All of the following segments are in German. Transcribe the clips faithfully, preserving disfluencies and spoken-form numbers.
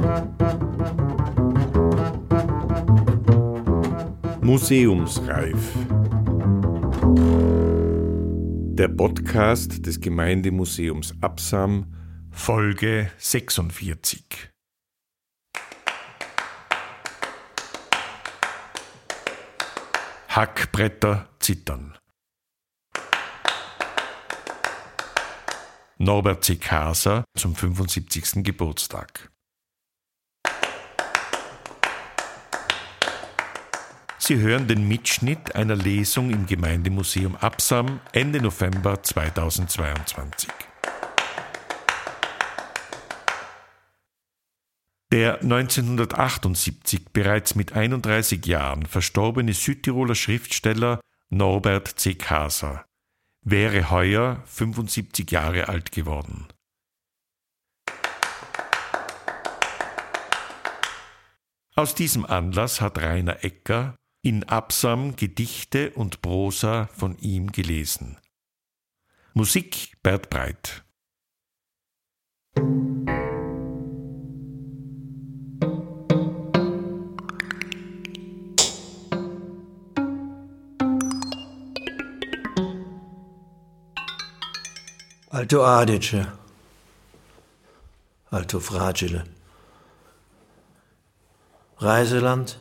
Museumsreif. Der Podcast des Gemeindemuseums Absam, Folge sechsundvierzig. Hackbretter zittern. Norbert Cekasa zum fünfundsiebzigsten Geburtstag. Sie hören den Mitschnitt einer Lesung im Gemeindemuseum Absam Ende November zweitausendzweiundzwanzig. Der neunzehnhundertachtundsiebzig bereits mit einunddreißig Jahren verstorbene Südtiroler Schriftsteller Norbert Cekasa wäre heuer fünfundsiebzig Jahre alt geworden. Aus diesem Anlass hat Rainer Ecker in Absam Gedichte und Prosa von ihm gelesen. Musik Bert Breit. Alto Adige, Alto Fragile, Reiseland,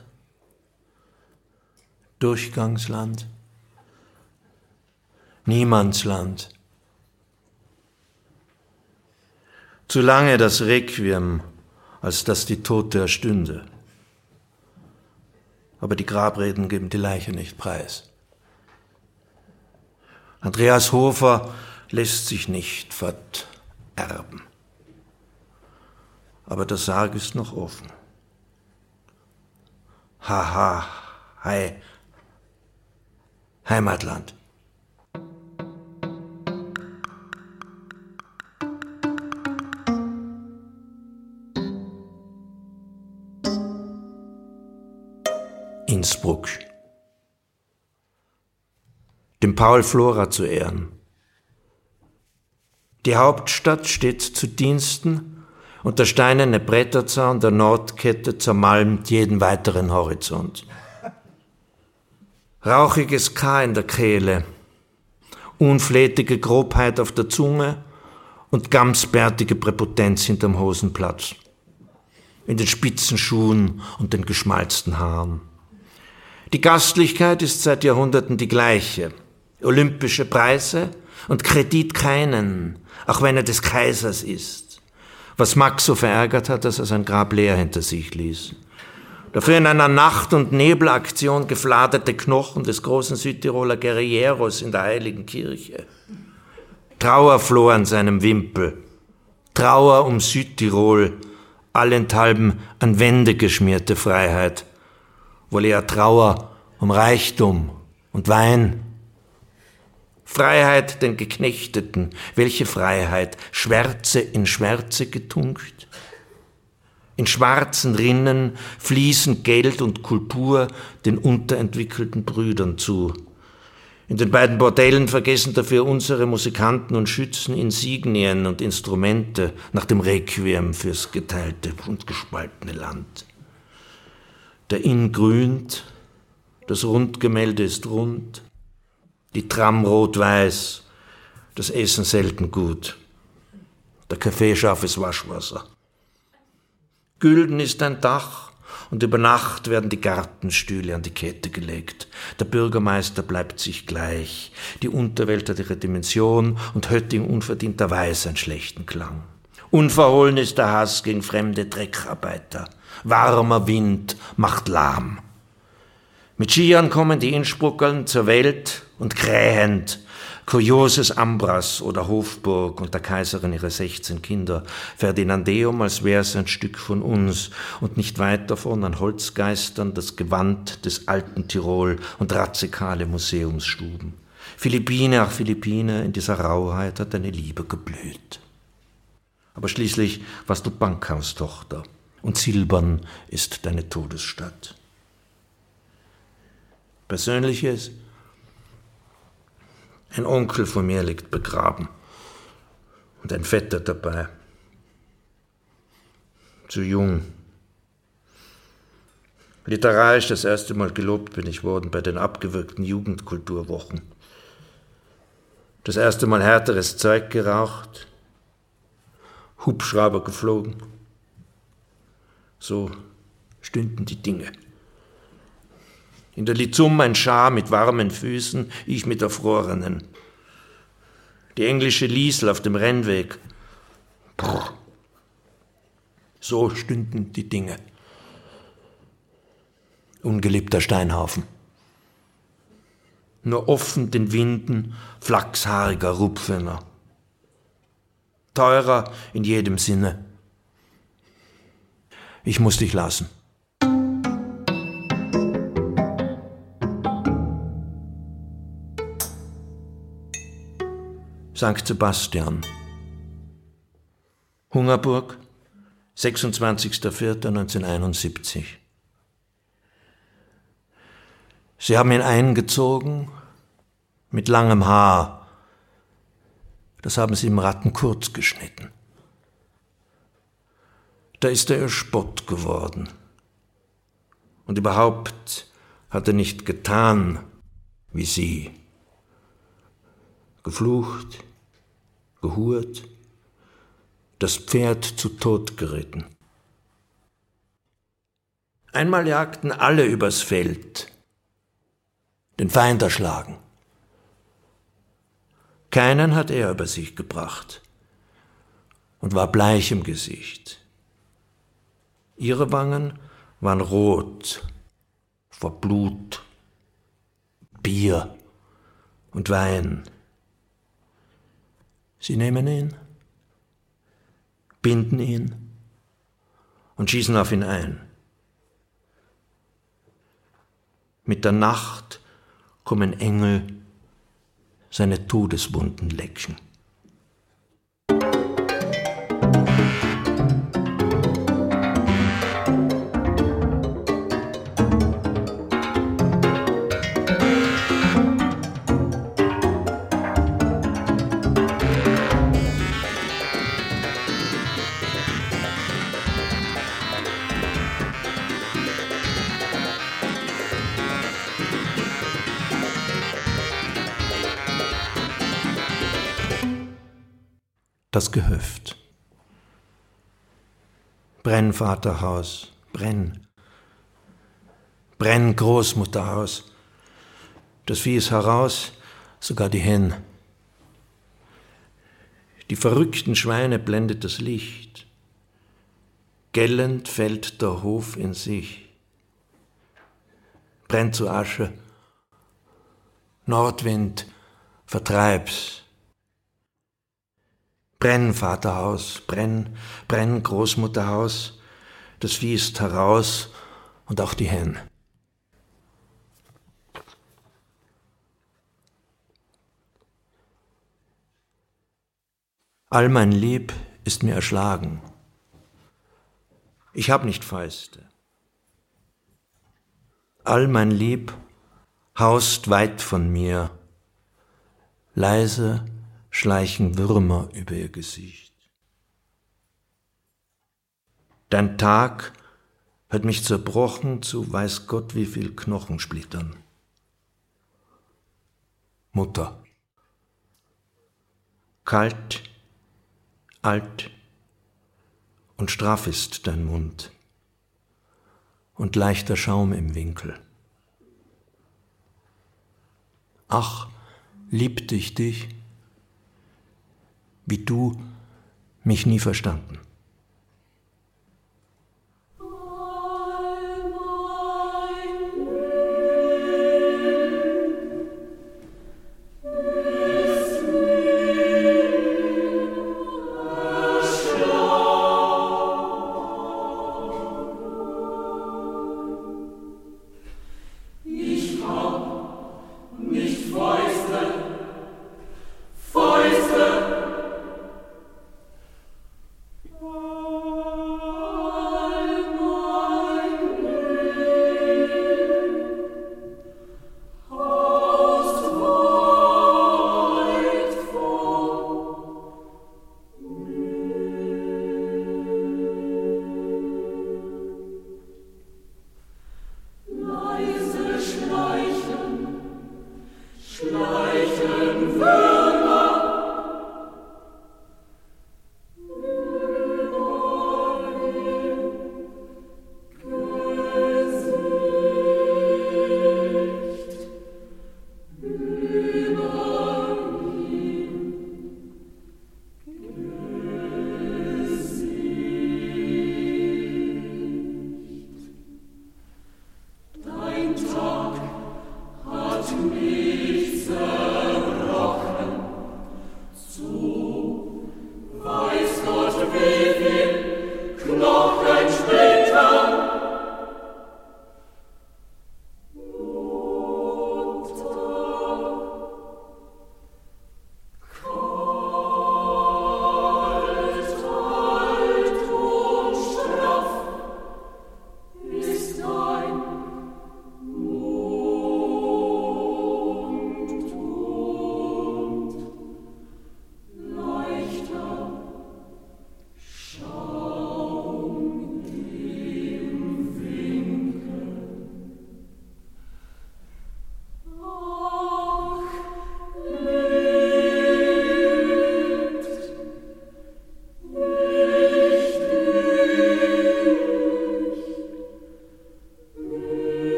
Durchgangsland, Niemandsland. Zu lange das Requiem, als dass die Tote erstünde. Aber die Grabreden geben die Leiche nicht preis. Andreas Hofer lässt sich nicht vererben. Aber der Sarg ist noch offen. Haha, hi. Heimatland. Innsbruck. Dem Paul Flora zu Ehren. Die Hauptstadt steht zu Diensten und der steinerne Bretterzaun der Nordkette zermalmt jeden weiteren Horizont. Rauchiges K in der Kehle, unflätige Grobheit auf der Zunge und gamsbärtige Präpotenz hinterm Hosenplatz, in den spitzen Schuhen und den geschmalzten Haaren. Die Gastlichkeit ist seit Jahrhunderten die gleiche. Olympische Preise und Kredit keinen, auch wenn er des Kaisers ist. Was Max so verärgert hat, dass er sein Grab leer hinter sich ließ. Dafür in einer Nacht- und Nebelaktion gefladerte Knochen des großen Südtiroler Guerilleros in der Heiligen Kirche. Trauerfloh an seinem Wimpel. Trauer um Südtirol, allenthalben an Wände geschmierte Freiheit. Wohl eher Trauer um Reichtum und Wein. Freiheit den Geknechteten. Welche Freiheit? Schwärze in Schwärze getunkt? In schwarzen Rinnen fließen Geld und Kultur den unterentwickelten Brüdern zu. In den beiden Bordellen vergessen dafür unsere Musikanten und Schützen Insignien und Instrumente nach dem Requiem fürs geteilte und gespaltene Land. Der Inn grünt, das Rundgemälde ist rund, die Tram rot-weiß, das Essen selten gut, der Kaffee scharfes Waschwasser. Gülden ist ein Dach und über Nacht werden die Gartenstühle an die Kette gelegt. Der Bürgermeister bleibt sich gleich, die Unterwelt hat ihre Dimension und Hötting unverdienterweise einen schlechten Klang. Unverhohlen ist der Hass gegen fremde Dreckarbeiter. Warmer Wind macht lahm. Mit Skiern kommen die Innsbruckern zur Welt und krähend. Kurioses Ambras oder Hofburg und der Kaiserin ihre sechzehn Kinder. Ferdinandeum, als wär's ein Stück von uns und nicht weit davon an Holzgeistern das Gewand des alten Tirol und radikale Museumsstuben. Philippine, ach Philippine, in dieser Rauheit hat deine Liebe geblüht. Aber schließlich warst du Bankhaustochter und Silbern ist deine Todesstadt. Persönliches: Ein Onkel von mir liegt begraben und ein Vetter dabei. zu jung. Literarisch das erste Mal gelobt bin ich worden bei den abgewürgten Jugendkulturwochen. Das erste Mal härteres Zeug geraucht, Hubschrauber geflogen. So stünden die Dinge. In der Lizum ein Schar mit warmen Füßen, ich mit erfrorenen. Die englische Liesel auf dem Rennweg. Brr. So stünden die Dinge. Ungeliebter Steinhaufen. Nur offen den Winden flachshaariger Rupfener. Teurer in jedem Sinne. Ich muss dich lassen. Sankt Sebastian. Hungerburg, sechsundzwanzigster vierter neunzehnhunderteinundsiebzig. Sie haben ihn eingezogen mit langem Haar. Das haben sie im Ratten kurz geschnitten. Da ist er ihr Spott geworden. Und überhaupt hat er nicht getan wie sie. Geflucht, gehurt, das Pferd zu Tod geritten. Einmal jagten alle übers Feld, den Feind erschlagen. Keinen hat er über sich gebracht und war bleich im Gesicht. Ihre Wangen waren rot vor Blut, Bier und Wein. Sie nehmen ihn, binden ihn und schießen auf ihn ein. Mit der Nacht kommen Engel seine Todeswunden lecken. Das Gehöft. Brenn, Vaterhaus, brenn. Brenn, Großmutterhaus. Das Vieh ist heraus, sogar die Hen. Die verrückten Schweine blendet das Licht. Gellend fällt der Hof in sich. Brenn zu Asche. Nordwind, vertreib's. Brenn, Vaterhaus, brenn, brenn, Großmutterhaus, das Vieh ist heraus und auch die Hen. All mein Lieb ist mir erschlagen. Ich hab nicht Fäuste. All mein Lieb haust weit von mir, leise schleichen Würmer über ihr Gesicht. Dein Tag hat mich zerbrochen zu weiß Gott wie viel Knochensplittern. Mutter. Kalt, alt und straff ist dein Mund und leichter Schaum im Winkel. Ach, liebte ich dich, wie du mich nie verstanden.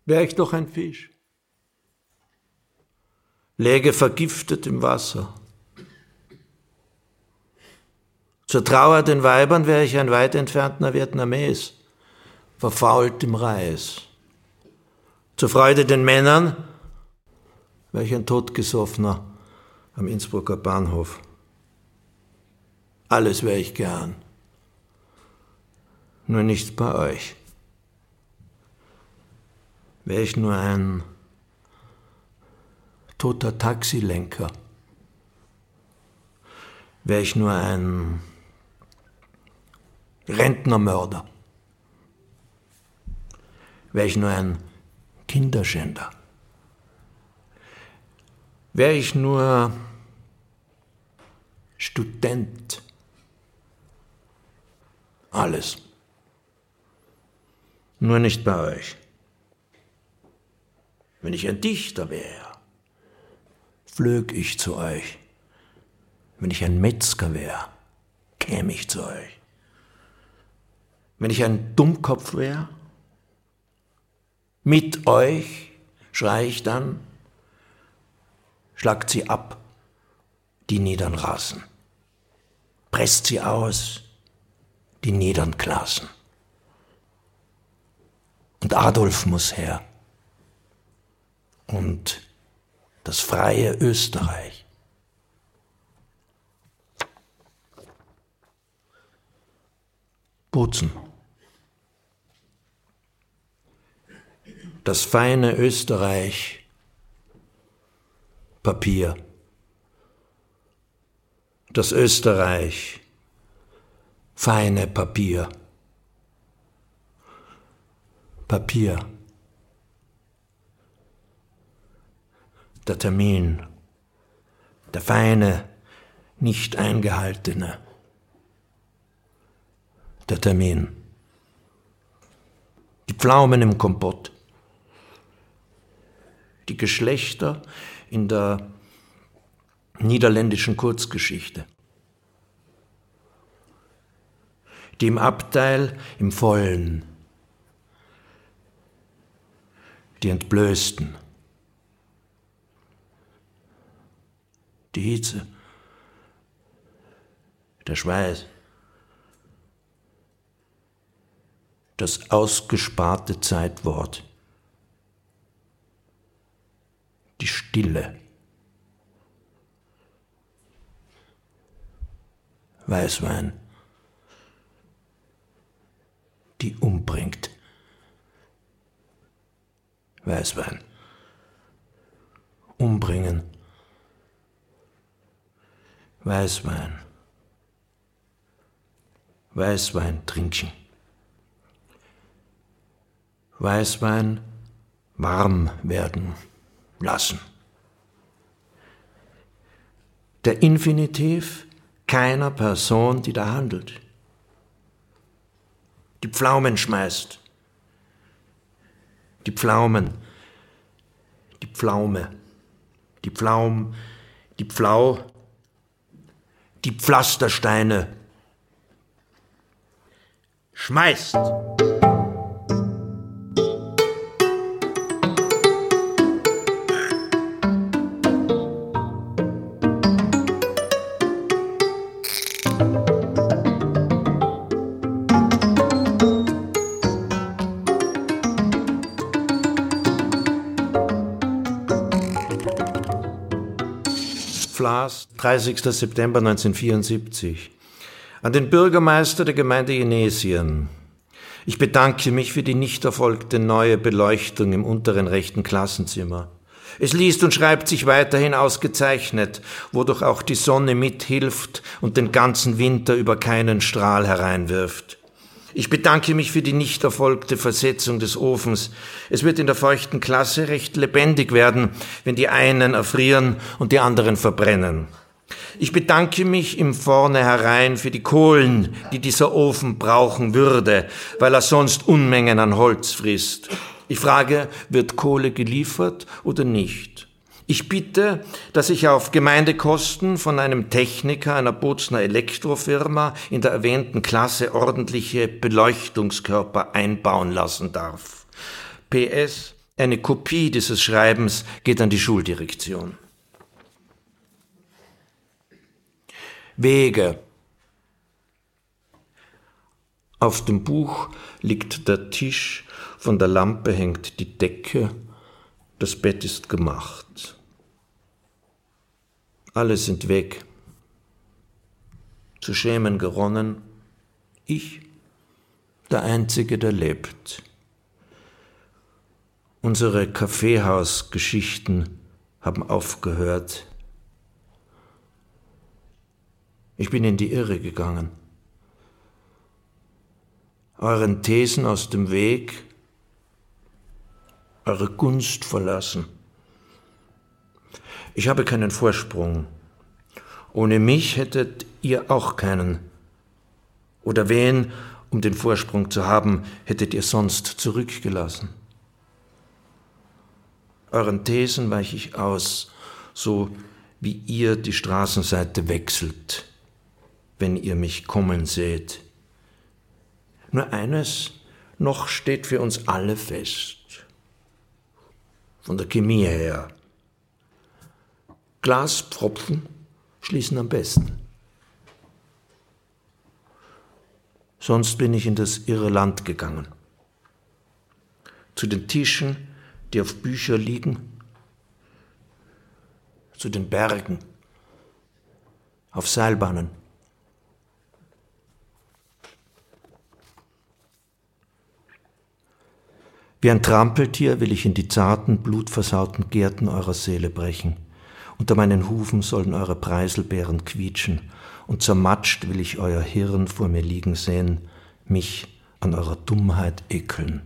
wär ich doch ein Fisch. Läge vergiftet im Wasser. Zur Trauer den Weibern wär ich ein weit entfernter Vietnames, verfault im Reis. Zur Freude den Männern wär ich ein Totgesoffener am Innsbrucker Bahnhof. Alles wär ich gern, nur nicht bei euch. Wär ich nur ein toter Taxilenker, wär ich nur ein Rentnermörder, wär ich nur ein Kinderschänder, wär ich nur Student, alles, nur nicht bei euch. Wenn ich ein Dichter wäre, flög ich zu euch. Wenn ich ein Metzger wäre, käme ich zu euch. Wenn ich ein Dummkopf wäre, mit euch, schrei ich dann, schlagt sie ab, die niedern Rasen, presst sie aus, die niedern Klassen. Und Adolf muss her. Und das freie Österreich. Bozen. Das feine Österreich. Papier. Das Österreich. Feine Papier. Papier. Der Termin, der feine, nicht eingehaltene. Der Termin. Die Pflaumen im Kompott. Die Geschlechter in der niederländischen Kurzgeschichte. Die im Abteil im Vollen. Die Entblößten. Die Hitze, der Schweiß, das ausgesparte Zeitwort, die Stille, Weißwein, die umbringt, Weißwein, umbringen, Weißwein, Weißwein trinken, Weißwein warm werden lassen. Der Infinitiv keiner Person, die da handelt, die Pflaumen schmeißt, die Pflaumen, die Pflaume, die Pflaum, die Pflau, die Pflastersteine schmeißt. Flaß, dreißigster September neunzehnhundertvierundsiebzig. An den Bürgermeister der Gemeinde Jenesien. Ich bedanke mich für die nicht erfolgte neue Beleuchtung im unteren rechten Klassenzimmer. Es liest und schreibt sich weiterhin ausgezeichnet, wodurch auch die Sonne mithilft und den ganzen Winter über keinen Strahl hereinwirft. Ich bedanke mich für die nicht erfolgte Versetzung des Ofens. Es wird in der feuchten Klasse recht lebendig werden, wenn die einen erfrieren und die anderen verbrennen. Ich bedanke mich im Vornherein für die Kohlen, die dieser Ofen brauchen würde, weil er sonst Unmengen an Holz frisst. Ich frage, wird Kohle geliefert oder nicht? Ich bitte, dass ich auf Gemeindekosten von einem Techniker einer Bozner Elektrofirma in der erwähnten Klasse ordentliche Beleuchtungskörper einbauen lassen darf. P S Eine Kopie dieses Schreibens geht an die Schuldirektion. Wege. Auf dem Buch liegt der Tisch, von der Lampe hängt die Decke, das Bett ist gemacht. Alle sind weg. Zu schämen geronnen, ich, der Einzige, der lebt. Unsere Kaffeehausgeschichten haben aufgehört. Ich bin in die Irre gegangen. Euren Thesen aus dem Weg, eure Gunst verlassen. Ich habe keinen Vorsprung. Ohne mich hättet ihr auch keinen. Oder wen, um den Vorsprung zu haben, hättet ihr sonst zurückgelassen? Euren Thesen weiche ich aus, so wie ihr die Straßenseite wechselt, wenn ihr mich kommen seht. Nur eines noch steht für uns alle fest, von der Chemie her. Glaspfropfen schließen am besten. Sonst bin ich in das irre Land gegangen. Zu den Tischen, die auf Bücher liegen, zu den Bergen, auf Seilbahnen. Wie ein Trampeltier will ich in die zarten, blutversauten Gärten eurer Seele brechen. Unter meinen Hufen sollen eure Preiselbeeren quietschen, und zermatscht will ich euer Hirn vor mir liegen sehen, mich an eurer Dummheit ekeln.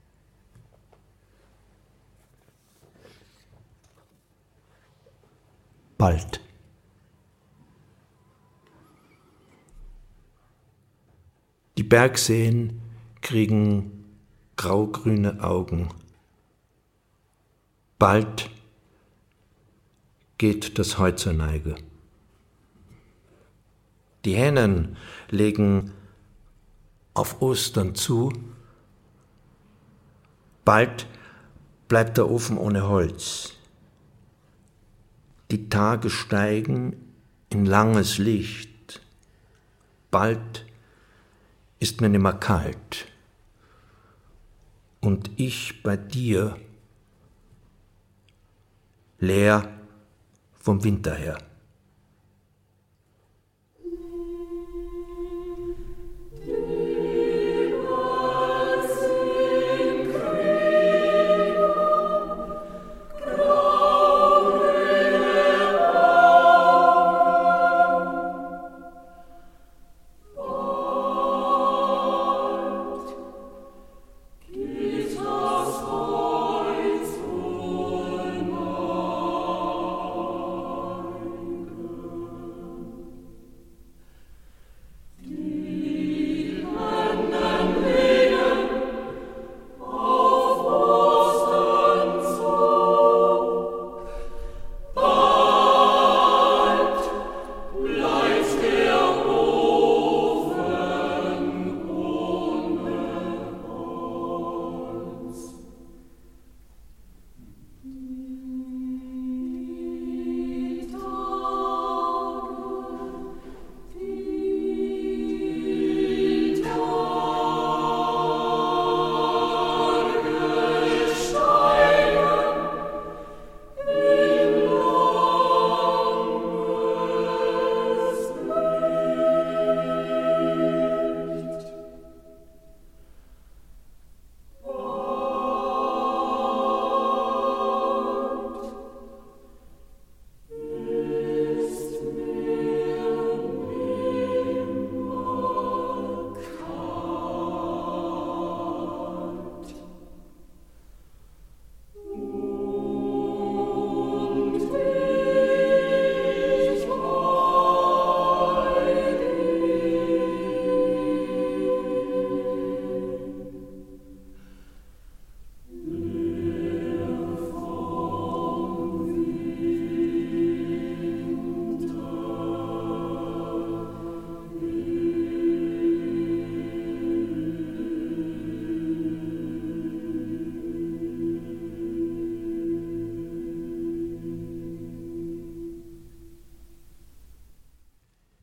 Bald. Die Bergseen kriegen graugrüne Augen. Bald geht das Heu zur Neige. Die Hennen legen auf Ostern zu. Bald bleibt der Ofen ohne Holz. Die Tage steigen in langes Licht. Bald ist mir nimmer kalt. Und ich bei dir, leer vom Winter her.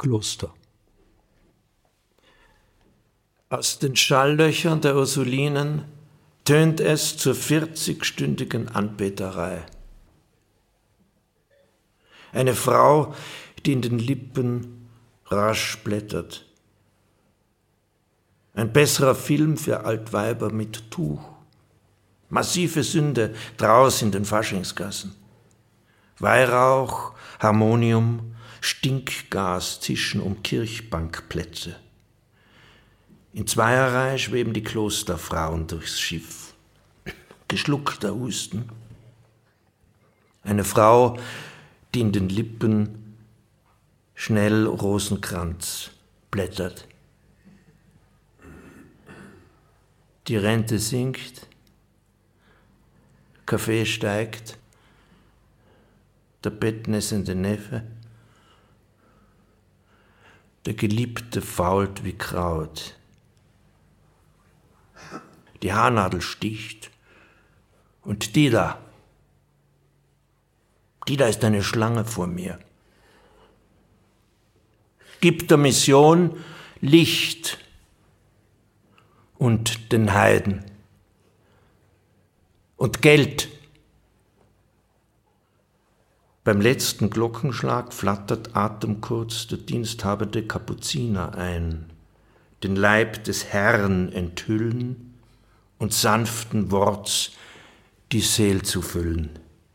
Kloster. Aus den Schalllöchern der Ursulinen tönt es zur vierzigstündigen Anbeterei. Eine Frau, die in den Lippen rasch blättert. Ein besserer Film für Altweiber mit Tuch. Massive Sünde draus in den Faschingsgassen. Weihrauch, Harmonium, Stinkgas zischen um Kirchbankplätze. In Zweierreihe schweben die Klosterfrauen durchs Schiff. Geschluckter Husten. Eine Frau, die in den Lippen schnell Rosenkranz blättert. Die Rente sinkt, Kaffee steigt, der bettnässende Neffe, der Geliebte fault wie Kraut. Die Haarnadel sticht und die da, die da ist eine Schlange vor mir. Gibt der Mission Licht und den Heiden und Geld. Beim letzten Glockenschlag flattert atemkurz der diensthabende Kapuziner ein, den Leib des Herrn enthüllen und sanften Worts die Seel zu füllen.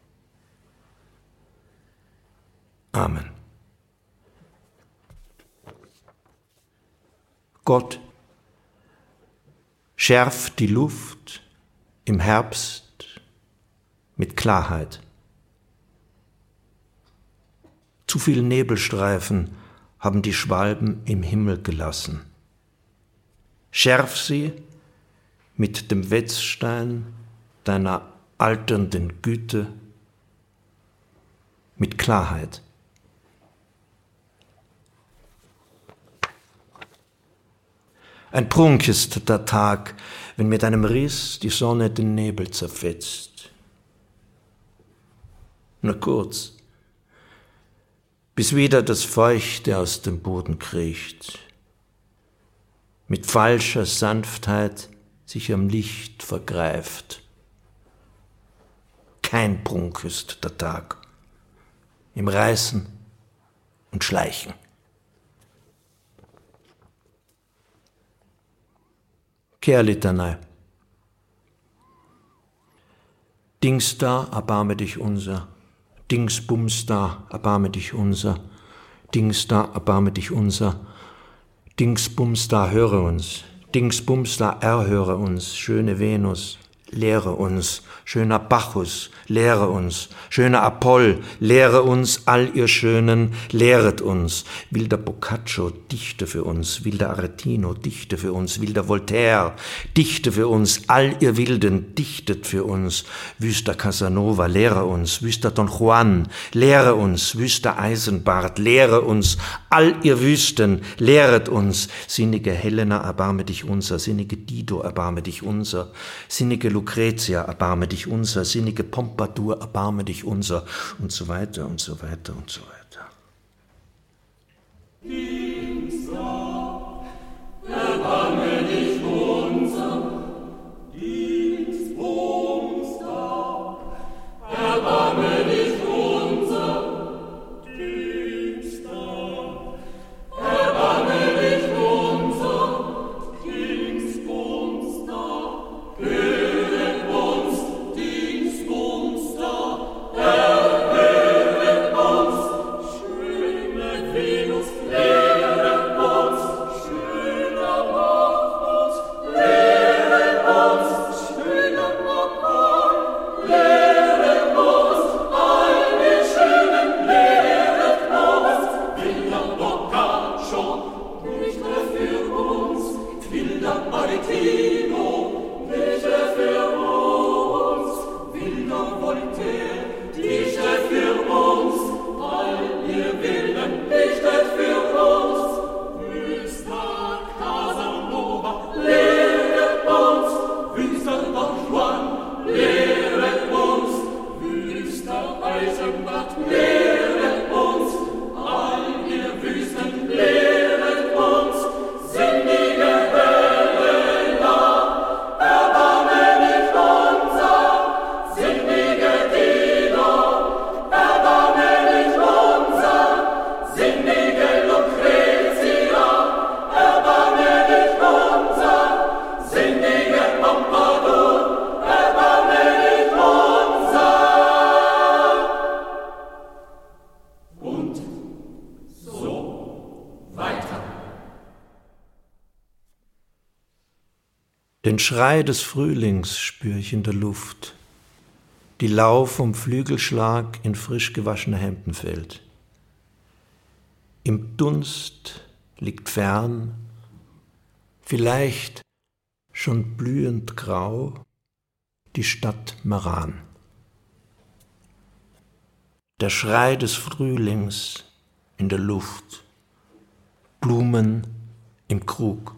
Amen. Gott schärft die Luft im Herbst mit Klarheit. Zu viel Nebelstreifen haben die Schwalben im Himmel gelassen. Schärf sie mit dem Wetzstein deiner alternden Güte mit Klarheit. Ein Prunk ist der Tag, wenn mit einem Riss die Sonne den Nebel zerfetzt. Nur kurz, bis wieder das Feuchte aus dem Boden kriecht, mit falscher Sanftheit sich am Licht vergreift. Kein Prunk ist der Tag, im Reißen und Schleichen. Kehrlitanei. Dings da, erbarme dich unser. Dings bums da, erbarme dich unser. Dings da, erbarme dich unser. Dings bums da, höre uns. Dings bums da, erhöre uns. Schöne Venus, lehre uns. Schöner Bacchus, lehre uns. Schöner Apoll, lehre uns. All ihr Schönen, lehret uns. Wilder Boccaccio, dichte für uns. Wilder Aretino, dichte für uns. Wilder Voltaire, dichte für uns. All ihr Wilden, dichtet für uns. Wüster Casanova, lehre uns. Wüster Don Juan, lehre uns. Wüster Eisenbart, lehre uns. All ihr Wüsten, lehret uns. Sinnige Helena, erbarme dich unser. Sinnige Dido, erbarme dich unser. Sinnige Lucretia, erbarme dich unser. Sinnige Pompadour, erbarme dich unser. Und so weiter und so weiter und so weiter. Erbarme dich unser. Dingsbums da, erbarme dich unser. Dings da, erbarme dich unser. Dingsbums da, höre uns. Dingsbums da, erhöre uns. Schöne Venus, lehre uns. Schöner Bacchus, lehre uns. Schöner Apoll, lehre uns. All die Schönen, lehret uns. Wilder Boccaccio, dichte für uns. Wilder Aretino, dichte für uns. Wilder Voltaire, dichte für uns. All ihr Wilden, dichtet für uns. Wüster Casanova, lehret uns. Wüster Don Juan, lehret uns. Wüster Eisenbart, lehret uns. All ihr Wüsten, lehret uns. Den Schrei des Frühlings spür ich in der Luft, die Lau vom Flügelschlag in frisch gewaschener Hemden fällt. Im Dunst liegt fern, vielleicht schon blühend grau, die Stadt Meran. Der Schrei des Frühlings in der Luft, Blumen im Krug.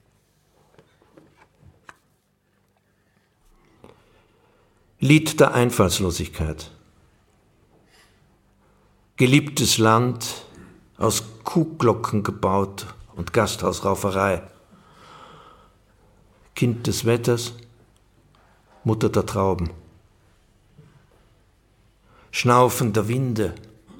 Lied der Einfallslosigkeit. Geliebtes Land, aus Kuhglocken gebaut und Gasthausrauferei. Kind des Wetters, Mutter der Trauben. Schnaufen der Winde,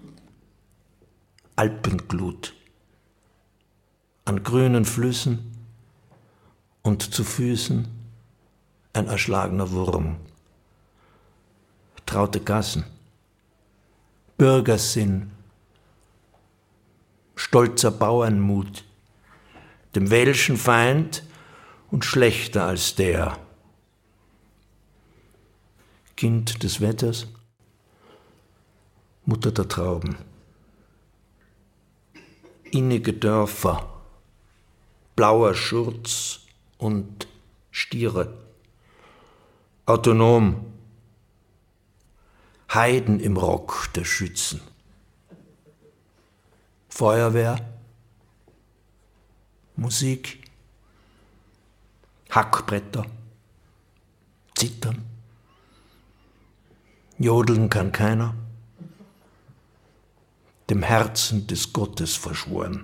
Alpenglut. An grünen Flüssen und zu Füßen ein erschlagener Wurm. Traute Gassen, Bürgersinn, stolzer Bauernmut, dem welschen Feind und schlechter als der. Kind des Wetters, Mutter der Trauben. Innige Dörfer, blauer Schurz und Stiere. Autonom, Heiden im Rock der Schützen. Feuerwehr, Musik, Hackbretter, Zittern. Jodeln kann keiner, dem Herzen des Gottes verschworen.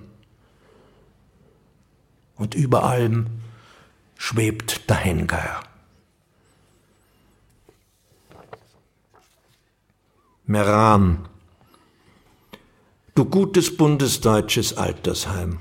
Und über allem schwebt der Hengeier. Meran, du gutes bundesdeutsches Altersheim,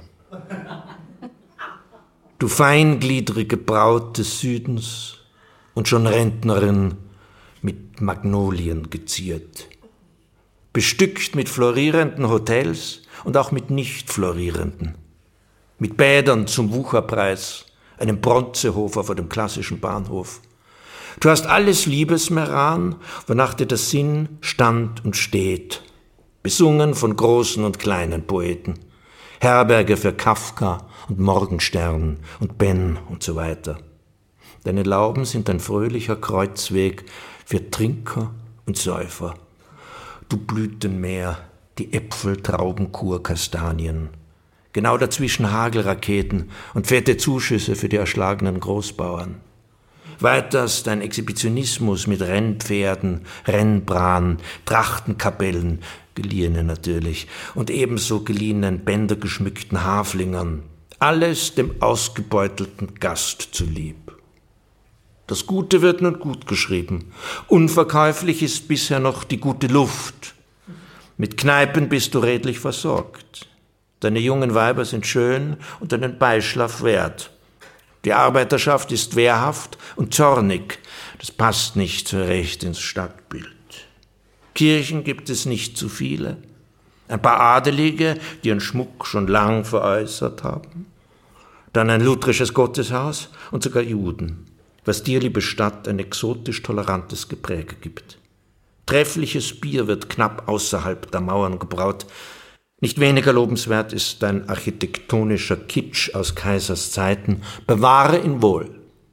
du feingliedrige Braut des Südens und schon Rentnerin mit Magnolien geziert, bestückt mit florierenden Hotels und auch mit nicht florierenden, mit Bädern zum Wucherpreis, einem Bronzehofer vor dem klassischen Bahnhof. Du hast alles Liebes, Meran, wonach dir der Sinn stand und steht, besungen von großen und kleinen Poeten, Herberge für Kafka und Morgenstern und Ben und so weiter. Deine Lauben sind ein fröhlicher Kreuzweg für Trinker und Säufer. Du Blütenmeer, die Äpfel, Trauben, Kur, Kastanien. Genau dazwischen Hagelraketen und fette Zuschüsse für die erschlagenen Großbauern. Weiters dein Exhibitionismus mit Rennpferden, Rennbran, Trachtenkapellen, geliehene natürlich, und ebenso geliehenen bändergeschmückten Haflingern. Alles dem ausgebeutelten Gast zulieb. Das Gute wird nun gut geschrieben. Unverkäuflich ist bisher noch die gute Luft. Mit Kneipen bist du redlich versorgt. Deine jungen Weiber sind schön und einen Beischlaf wert. Die Arbeiterschaft ist wehrhaft und zornig. Das passt nicht so recht ins Stadtbild. Kirchen gibt es nicht zu viele. Ein paar Adelige, die ihren Schmuck schon lang veräußert haben. Dann ein lutherisches Gotteshaus und sogar Juden, was dir, liebe Stadt, ein exotisch tolerantes Gepräge gibt. Treffliches Bier wird knapp außerhalb der Mauern gebraut. Nicht weniger lobenswert ist dein architektonischer Kitsch aus Kaisers Zeiten. Bewahre ihn wohl.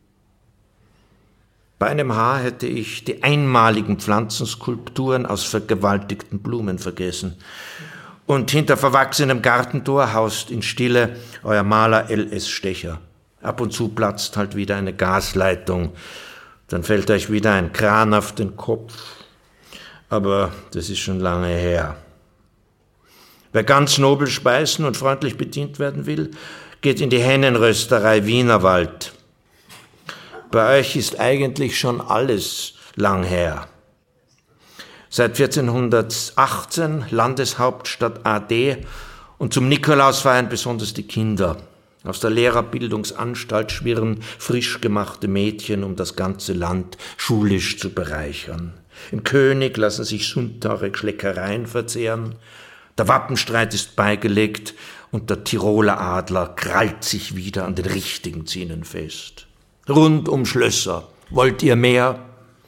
Bei einem Haar hätte ich die einmaligen Pflanzenskulpturen aus vergewaltigten Blumen vergessen. Und hinter verwachsenem Gartentor haust in Stille euer Maler L S Stecher. Ab und zu platzt halt wieder eine Gasleitung. Dann fällt euch wieder ein Kran auf den Kopf. Aber das ist schon lange her. Wer ganz nobel speisen und freundlich bedient werden will, geht in die Hennenrösterei Wienerwald. Bei euch ist eigentlich schon alles lang her. Seit vierzehnhundertachtzehn Landeshauptstadt A D und zum Nikolaus feiern besonders die Kinder. Aus der Lehrerbildungsanstalt schwirren frisch gemachte Mädchen, um das ganze Land schulisch zu bereichern. Im König lassen sich sundteure Schleckereien verzehren. Der Wappenstreit ist beigelegt und der Tiroler Adler krallt sich wieder an den richtigen Zinnen fest. rund um Schlösser. Wollt ihr mehr?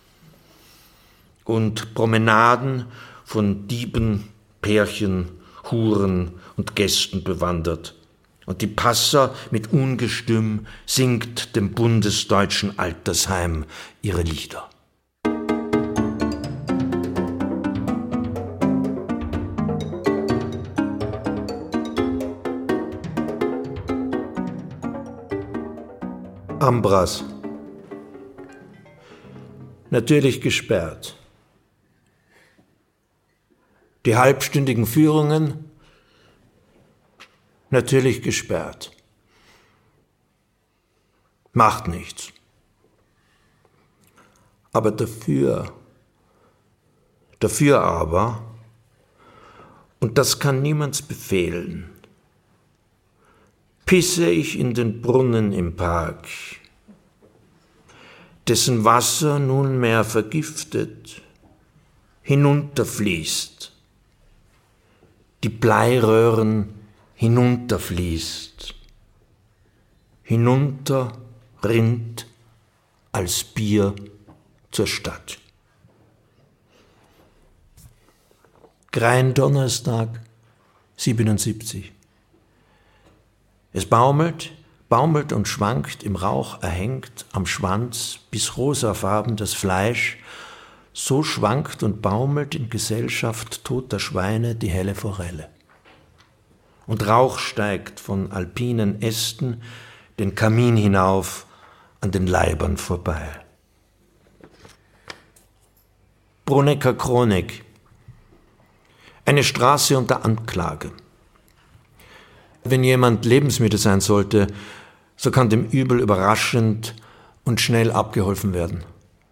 Und Promenaden von Dieben, Pärchen, Huren und Gästen bewandert. Und die Passer mit Ungestüm singt dem bundesdeutschen Altersheim ihre Lieder. Ambras. Natürlich gesperrt. Die halbstündigen Führungen natürlich gesperrt. Macht nichts. Aber dafür, dafür aber, und das kann niemands befehlen, pisse ich in den Brunnen im Park, dessen Wasser nunmehr vergiftet hinunterfließt, die Bleiröhren hinunterfließt, hinunter rinnt als Bier zur Stadt. Grindonnerstag siebenundsiebzig. Es baumelt, baumelt und schwankt, im Rauch erhängt, am Schwanz, bis rosafarben das Fleisch, so schwankt und baumelt in Gesellschaft toter Schweine die helle Forelle. Und Rauch steigt von alpinen Ästen den Kamin hinauf an den Leibern vorbei. Brunecker Chronik. Eine Straße unter Anklage. Wenn jemand lebensmüde sein sollte, so kann dem Übel überraschend und schnell abgeholfen werden.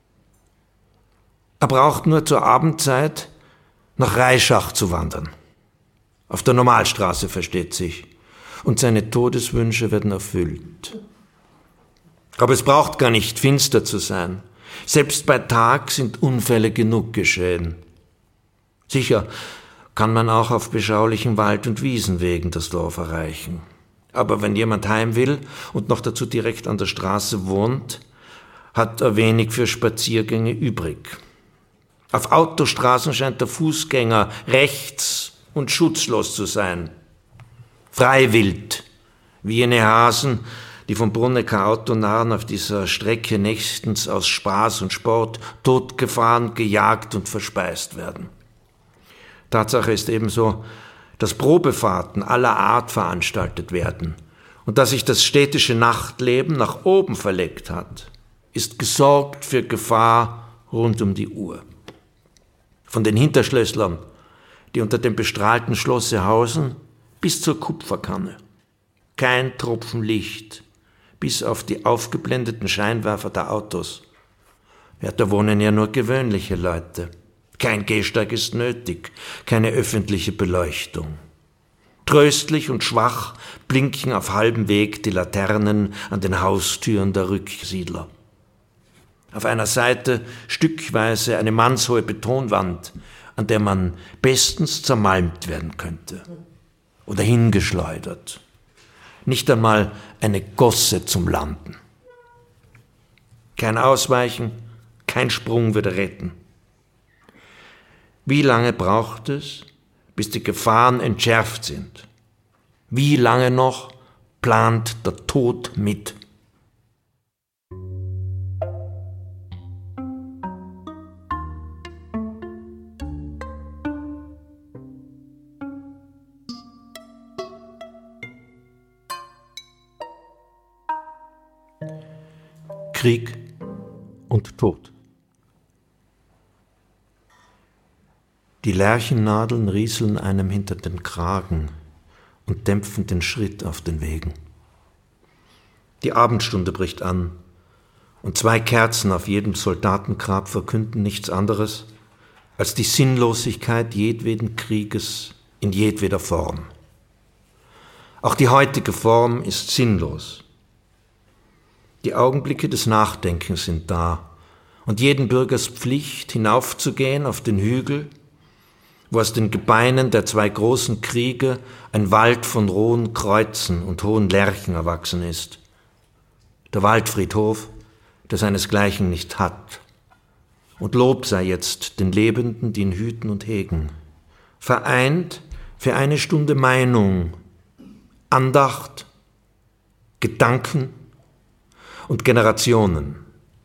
Er braucht nur zur Abendzeit nach Reischach zu wandern. Auf der Normalstraße, versteht sich. Und seine Todeswünsche werden erfüllt. Aber es braucht gar nicht finster zu sein. Selbst bei Tag sind Unfälle genug geschehen. Sicher kann man auch auf beschaulichen Wald- und Wiesenwegen das Dorf erreichen. Aber wenn jemand heim will und noch dazu direkt an der Straße wohnt, hat er wenig für Spaziergänge übrig. Auf Autostraßen scheint der Fußgänger rechts und schutzlos zu sein. Freiwild, wie jene Hasen, die vom Brunecker Autonarren auf dieser Strecke nächstens aus Spaß und Sport totgefahren, gejagt und verspeist werden. Tatsache ist ebenso, dass Probefahrten aller Art veranstaltet werden und dass sich das städtische Nachtleben nach oben verlegt hat, ist gesorgt für Gefahr rund um die Uhr. Von den Hinterschlösslern, die unter dem bestrahlten Schlosse hausen, bis zur Kupferkanne. Kein Tropfen Licht, bis auf die aufgeblendeten Scheinwerfer der Autos. Ja, da wohnen ja nur gewöhnliche Leute. Kein Gehsteig ist nötig, keine öffentliche Beleuchtung. Tröstlich und schwach blinken auf halbem Weg die Laternen an den Haustüren der Rücksiedler. Auf einer Seite stückweise eine mannshohe Betonwand, an der man bestens zermalmt werden könnte oder hingeschleudert. Nicht einmal eine Gosse zum Landen. Kein Ausweichen, kein Sprung würde retten. Wie lange braucht es, bis die Gefahren entschärft sind? Wie lange noch plant der Tod mit? Krieg und Tod. Die Lärchennadeln rieseln einem hinter den Kragen und dämpfen den Schritt auf den Wegen. Die Abendstunde bricht an und zwei Kerzen auf jedem Soldatengrab verkünden nichts anderes als die Sinnlosigkeit jedweden Krieges in jedweder Form. Auch die heutige Form ist sinnlos. Die Augenblicke des Nachdenkens sind da und jeden Bürgers Pflicht, hinaufzugehen auf den Hügel, wo aus den Gebeinen der zwei großen Kriege ein Wald von rohen Kreuzen und hohen Lärchen erwachsen ist. der Waldfriedhof, der seinesgleichen nicht hat. Und Lob sei jetzt den Lebenden, die ihn hüten und hegen. Vereint für eine Stunde Meinung, Andacht, Gedanken und Generationen.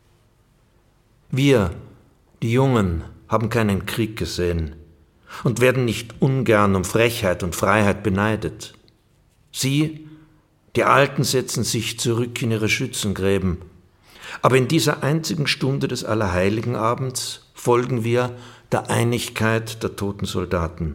Wir, die Jungen, haben keinen Krieg gesehen und werden nicht ungern um Frechheit und Freiheit beneidet. Sie, die Alten, setzen sich zurück in ihre Schützengräben. Aber in dieser einzigen Stunde des Allerheiligenabends folgen wir der Einigkeit der toten Soldaten.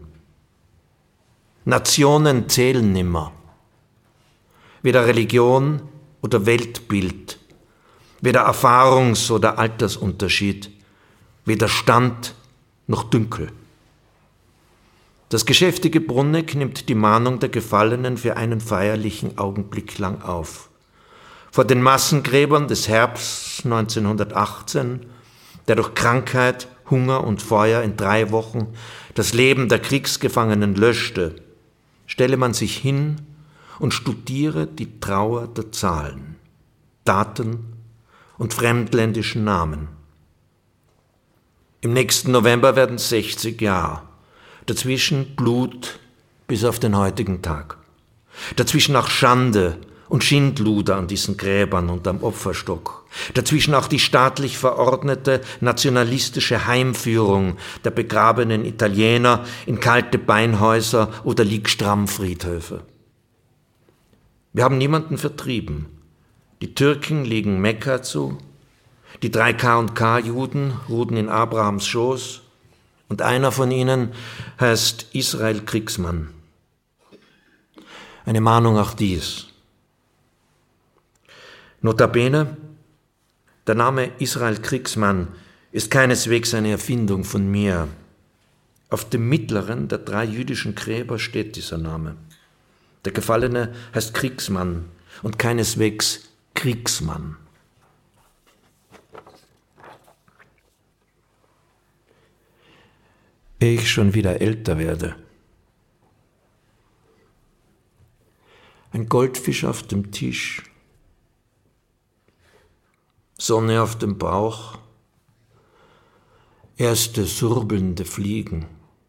Nationen zählen nimmer. Weder Religion oder Weltbild, weder Erfahrungs- oder Altersunterschied, weder Stand noch Dünkel. Das geschäftige Brunneck nimmt die Mahnung der Gefallenen für einen feierlichen Augenblick lang auf. Vor den Massengräbern des Herbsts neunzehnhundertachtzehn, der durch Krankheit, Hunger und Feuer in drei Wochen das Leben der Kriegsgefangenen löschte, stelle man sich hin und studiere die Trauer der Zahlen, Daten und fremdländischen Namen. Im nächsten November werden es sechzig Jahre. Dazwischen Blut bis auf den heutigen Tag. Dazwischen auch Schande und Schindluder an diesen Gräbern und am Opferstock. Dazwischen auch die staatlich verordnete nationalistische Heimführung der begrabenen Italiener in kalte Beinhäuser oder Liegstrammfriedhöfe. Wir haben niemanden vertrieben. Die Türken liegen Mekka zu, die drei K und K-Juden ruhen in Abrahams Schoß und einer von ihnen heißt Israel Kriegsmann. Eine Mahnung auch dies. Notabene, der Name Israel Kriegsmann ist keineswegs eine Erfindung von mir. Auf dem mittleren der drei jüdischen Gräber steht dieser Name. Der Gefallene heißt Kriegsmann und keineswegs Kriegsmann. Ehe ich schon wieder älter werde. Ein Goldfisch auf dem Tisch, Sonne auf dem Bauch, erste surbelnde Fliegen,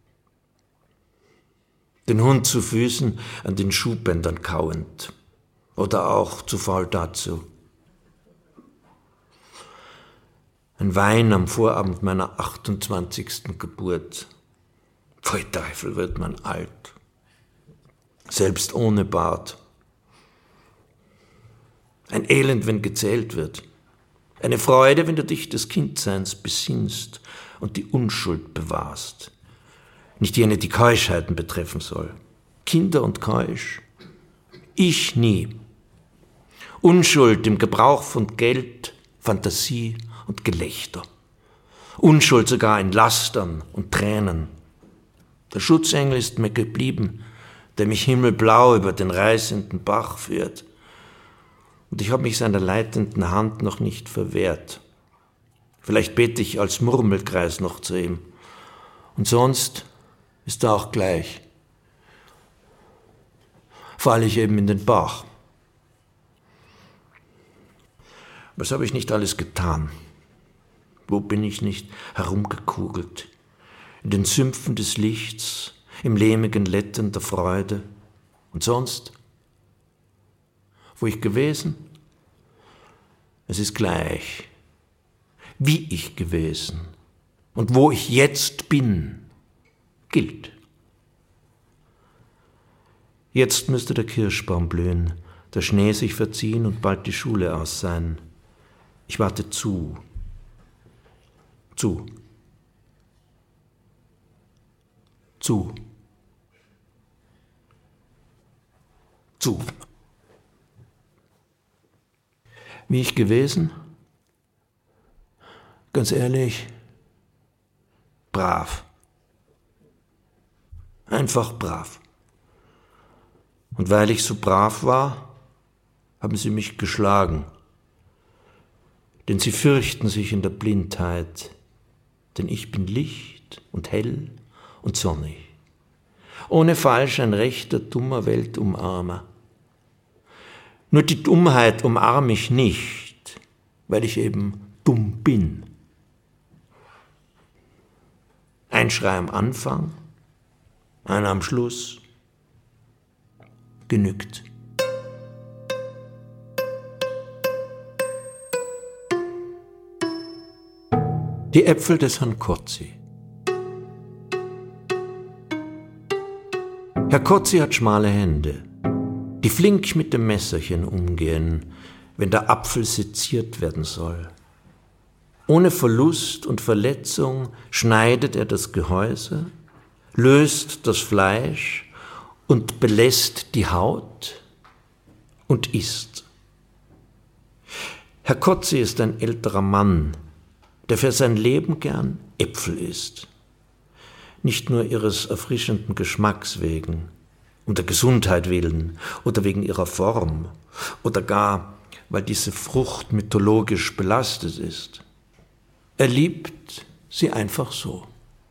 den Hund zu Füßen an den Schuhbändern kauend oder auch zu faul dazu. Ein Wein am Vorabend meiner achtundzwanzigsten Geburt. Pfui Teufel, wird man alt, selbst ohne Bart. Ein Elend, wenn gezählt wird. Eine Freude, wenn du dich des Kindseins besinnst und die Unschuld bewahrst. Nicht jene, die Keuschheiten betreffen soll. Kinder und Keusch. Ich nie. Unschuld im Gebrauch von Geld, Fantasie und Gelächter. Unschuld sogar in Lastern und Tränen. Der Schutzengel ist mir geblieben, der mich himmelblau über den reißenden Bach führt. Und ich habe mich seiner leitenden Hand noch nicht verwehrt. Vielleicht bete ich als Murmelkreis noch zu ihm. Und sonst ist er auch gleich. Falle ich eben in den Bach. Was habe ich nicht alles getan? Wo bin ich nicht herumgekugelt? In den Sümpfen des Lichts, im lehmigen Letten der Freude. Und sonst? Wo ich gewesen? Es ist gleich, wie ich gewesen und wo ich jetzt bin, gilt. Jetzt müsste der Kirschbaum blühen, der Schnee sich verziehen und bald die Schule aus sein. Ich warte zu, zu, zu, zu. Wie ich gewesen? Ganz ehrlich, brav. Einfach brav. Und weil ich so brav war, haben sie mich geschlagen. Denn sie fürchten sich in der Blindheit, denn ich bin Licht und hell und sonnig. Ohne falsch ein rechter, dummer Weltumarmer. Nur die Dummheit umarme ich nicht, weil ich eben dumm bin. Ein Schrei am Anfang, einer am Schluss, genügt. Die Äpfel des Herrn Kotzi. Herr Kotzi hat schmale Hände, die flink mit dem Messerchen umgehen, wenn der Apfel seziert werden soll. Ohne Verlust und Verletzung schneidet er das Gehäuse, löst das Fleisch und belässt die Haut und isst. Herr Kotzi ist ein älterer Mann, der für sein Leben gern Äpfel isst. Nicht nur ihres erfrischenden Geschmacks wegen, um der Gesundheit willen oder wegen ihrer Form oder gar, weil diese Frucht mythologisch belastet ist. Er liebt sie einfach so.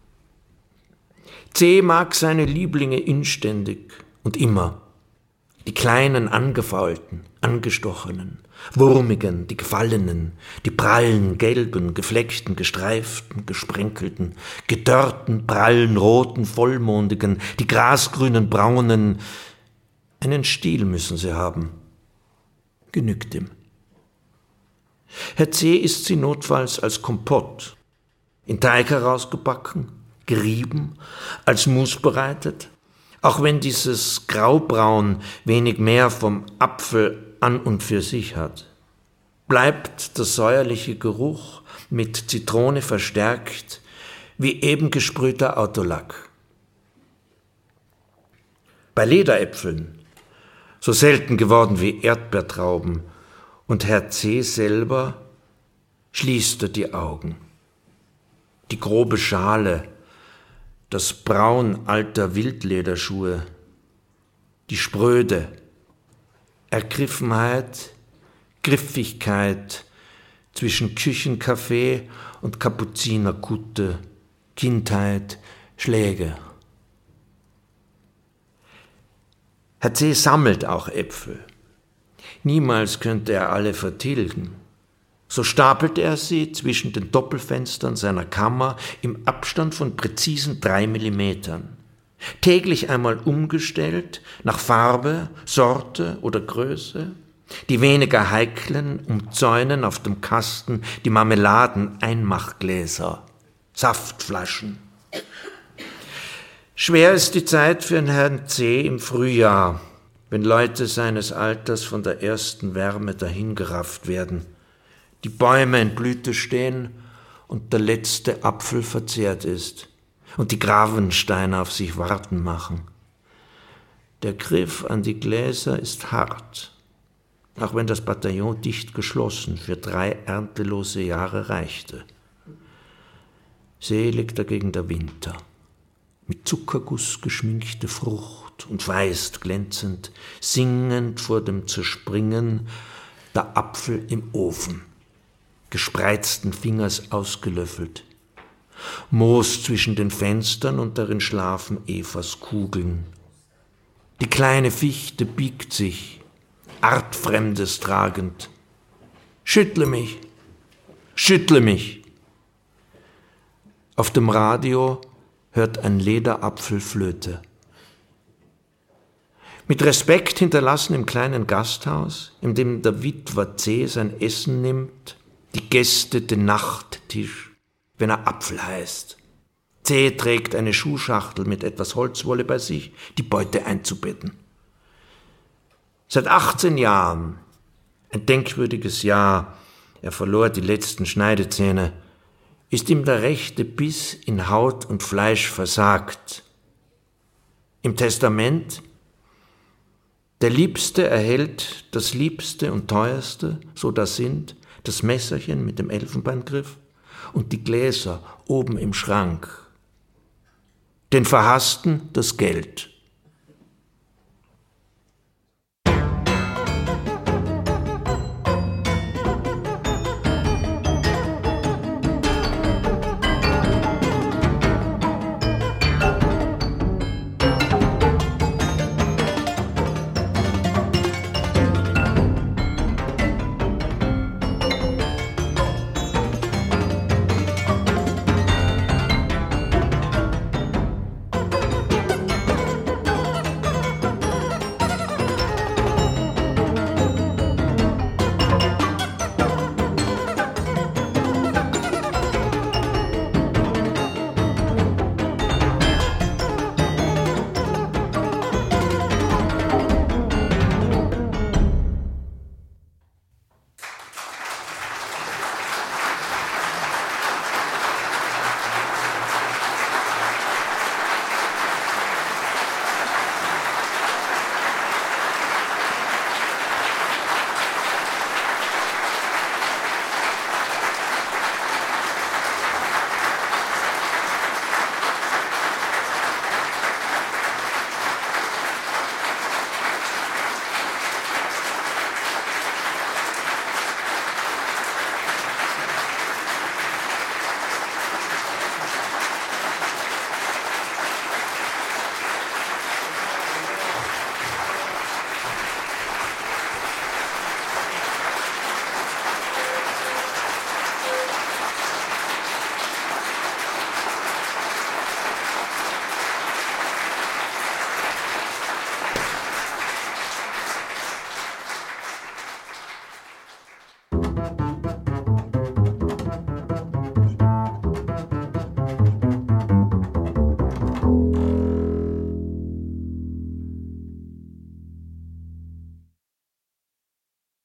C. mag seine Lieblinge inständig und immer. Die kleinen, angefaulten, angestochenen, wurmigen, die gefallenen, die prallen, gelben, gefleckten, gestreiften, gesprenkelten, gedörrten, prallen, roten, vollmondigen, die grasgrünen, braunen. Einen Stiel müssen sie haben. Genügt ihm. Herr C. isst sie notfalls als Kompott, in Teig herausgebacken, gerieben, als Mousse bereitet, auch wenn dieses Graubraun wenig mehr vom Apfel an und für sich hat. Bleibt der säuerliche Geruch mit Zitrone verstärkt, wie eben gesprühter Autolack. Bei Lederäpfeln, so selten geworden wie Erdbeertrauben, und Herr C. selber schließt er die Augen. Die grobe Schale, das Braun alter Wildlederschuhe, die Spröde, Ergriffenheit, Griffigkeit zwischen Küchenkaffee und Kapuzinerkutte, Kindheit, Schläge. Herr C. sammelt auch Äpfel. Niemals könnte er alle vertilgen. So stapelt er sie zwischen den Doppelfenstern seiner Kammer im Abstand von präzisen drei Millimetern. Täglich einmal umgestellt nach Farbe, Sorte oder Größe. Die weniger heiklen umzäunen auf dem Kasten die Marmeladen-Einmachgläser, Saftflaschen. Schwer ist die Zeit für den Herrn C. im Frühjahr, wenn Leute seines Alters von der ersten Wärme dahingerafft werden, die Bäume in Blüte stehen und der letzte Apfel verzehrt ist und die Gravensteine auf sich warten machen. Der Griff an die Gläser ist hart, auch wenn das Bataillon dicht geschlossen für drei erntelose Jahre reichte. Selig dagegen der Winter, mit Zuckerguss geschminkte Frucht und weiß glänzend, singend vor dem Zerspringen, der Apfel im Ofen, gespreizten Fingers ausgelöffelt, Moos zwischen den Fenstern und darin schlafen Evas Kugeln. Die kleine Fichte biegt sich, Artfremdes tragend. Schüttle mich, schüttle mich. Auf dem Radio hört ein Lederapfel Flöte. Mit Respekt hinterlassen im kleinen Gasthaus, in dem der Witwer C. sein Essen nimmt, die Gäste den Nachttisch, wenn er Apfel heißt. C. trägt eine Schuhschachtel mit etwas Holzwolle bei sich, die Beute einzubetten. Seit achtzehn Jahren, ein denkwürdiges Jahr, er verlor die letzten Schneidezähne, ist ihm der rechte Biss in Haut und Fleisch versagt. Im Testament: Der Liebste erhält das Liebste und Teuerste, so das sind das Messerchen mit dem Elfenbeingriff und die Gläser oben im Schrank. Den Verhassten das Geld.